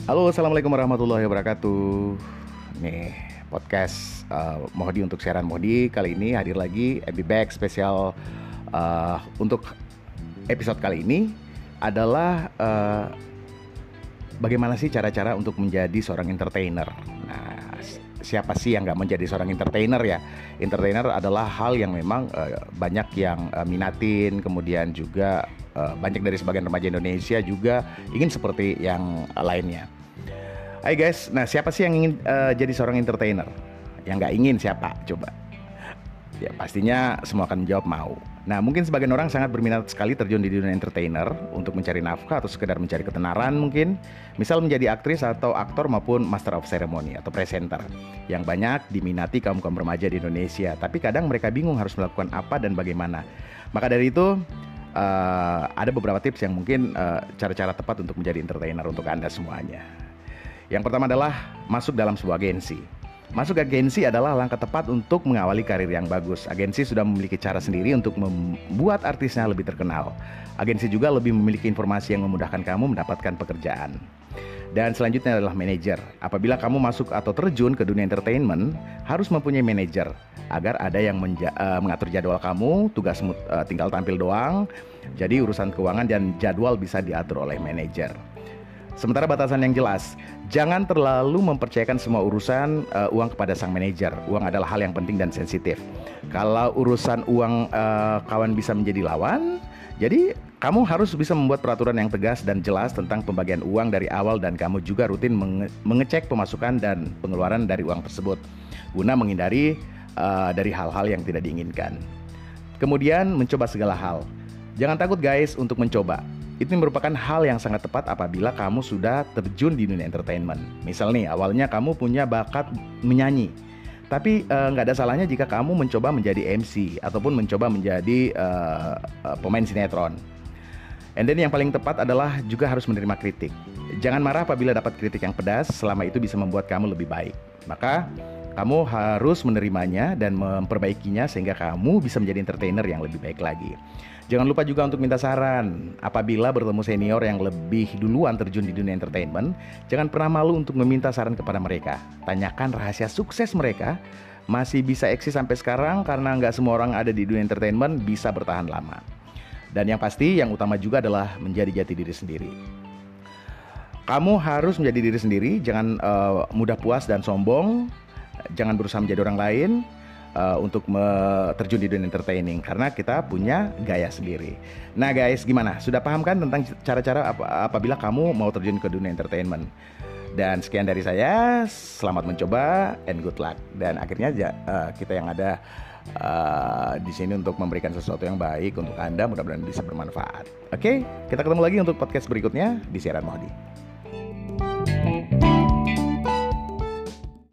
Halo, assalamualaikum warahmatullahi wabarakatuh. Nih podcast Mohdi untuk siaran Mohdi kali ini hadir lagi. I'll be back spesial untuk episode kali ini adalah bagaimana sih cara-cara untuk menjadi seorang entertainer. Nah, siapa sih yang nggak menjadi seorang entertainer ya? Entertainer adalah hal yang memang banyak yang minatin, kemudian juga banyak dari sebagian remaja Indonesia juga ingin seperti yang lainnya. Hai guys, nah siapa sih yang ingin jadi seorang entertainer? Yang nggak ingin siapa? Coba. Ya pastinya semua akan menjawab mau. Nah mungkin sebagian orang sangat berminat sekali terjun di dunia entertainer untuk mencari nafkah atau sekedar mencari ketenaran mungkin. Misal menjadi aktris atau aktor maupun master of ceremony atau presenter. Yang banyak diminati kaum-kaum remaja di Indonesia. Tapi kadang mereka bingung harus melakukan apa dan bagaimana. Maka dari itu ada beberapa tips yang mungkin cara-cara tepat untuk menjadi entertainer untuk Anda semuanya. Yang pertama adalah masuk dalam sebuah agensi. Masuk agensi adalah langkah tepat untuk mengawali karir yang bagus. Agensi sudah memiliki cara sendiri untuk membuat artisnya lebih terkenal. Agensi juga lebih memiliki informasi yang memudahkan kamu mendapatkan pekerjaan. Dan selanjutnya adalah manajer. Apabila kamu masuk atau terjun ke dunia entertainment, harus mempunyai manajer agar ada yang mengatur jadwal kamu, tugasmu tinggal tampil doang. Jadi urusan keuangan dan jadwal bisa diatur oleh manajer. Sementara batasan yang jelas, jangan terlalu mempercayakan semua urusan uang kepada sang manajer. Uang adalah hal yang penting dan sensitif. Kalau urusan uang kawan bisa menjadi lawan, jadi kamu harus bisa membuat peraturan yang tegas dan jelas tentang pembagian uang dari awal dan kamu juga rutin mengecek pemasukan dan pengeluaran dari uang tersebut guna menghindari dari hal-hal yang tidak diinginkan. Kemudian mencoba segala hal. Jangan takut guys untuk mencoba. Itu merupakan hal yang sangat tepat apabila kamu sudah terjun di dunia entertainment. Misal nih, awalnya kamu punya bakat menyanyi, tapi nggak ada salahnya jika kamu mencoba menjadi MC ataupun mencoba menjadi pemain sinetron. And then yang paling tepat adalah juga harus menerima kritik. Jangan marah apabila dapat kritik yang pedas, selama itu bisa membuat kamu lebih baik. Maka kamu harus menerimanya dan memperbaikinya sehingga kamu bisa menjadi entertainer yang lebih baik lagi. Jangan lupa juga untuk minta saran. Apabila bertemu senior yang lebih duluan terjun di dunia entertainment, jangan pernah malu untuk meminta saran kepada mereka. Tanyakan rahasia sukses mereka masih bisa eksis sampai sekarang karena nggak semua orang ada di dunia entertainment bisa bertahan lama. Dan yang pasti, yang utama juga adalah menjadi jati diri sendiri. Kamu harus menjadi diri sendiri, jangan mudah puas dan sombong. Jangan berusaha menjadi orang lain untuk terjun di dunia entertaining karena kita punya gaya sendiri. Nah guys, gimana? Sudah paham kan tentang cara-cara apabila kamu mau terjun ke dunia entertainment? Dan sekian dari saya, selamat mencoba and good luck. Dan akhirnya kita yang ada di sini untuk memberikan sesuatu yang baik untuk Anda, mudah-mudahan bisa bermanfaat. Oke, kita ketemu lagi untuk podcast berikutnya di siaran Mohdi.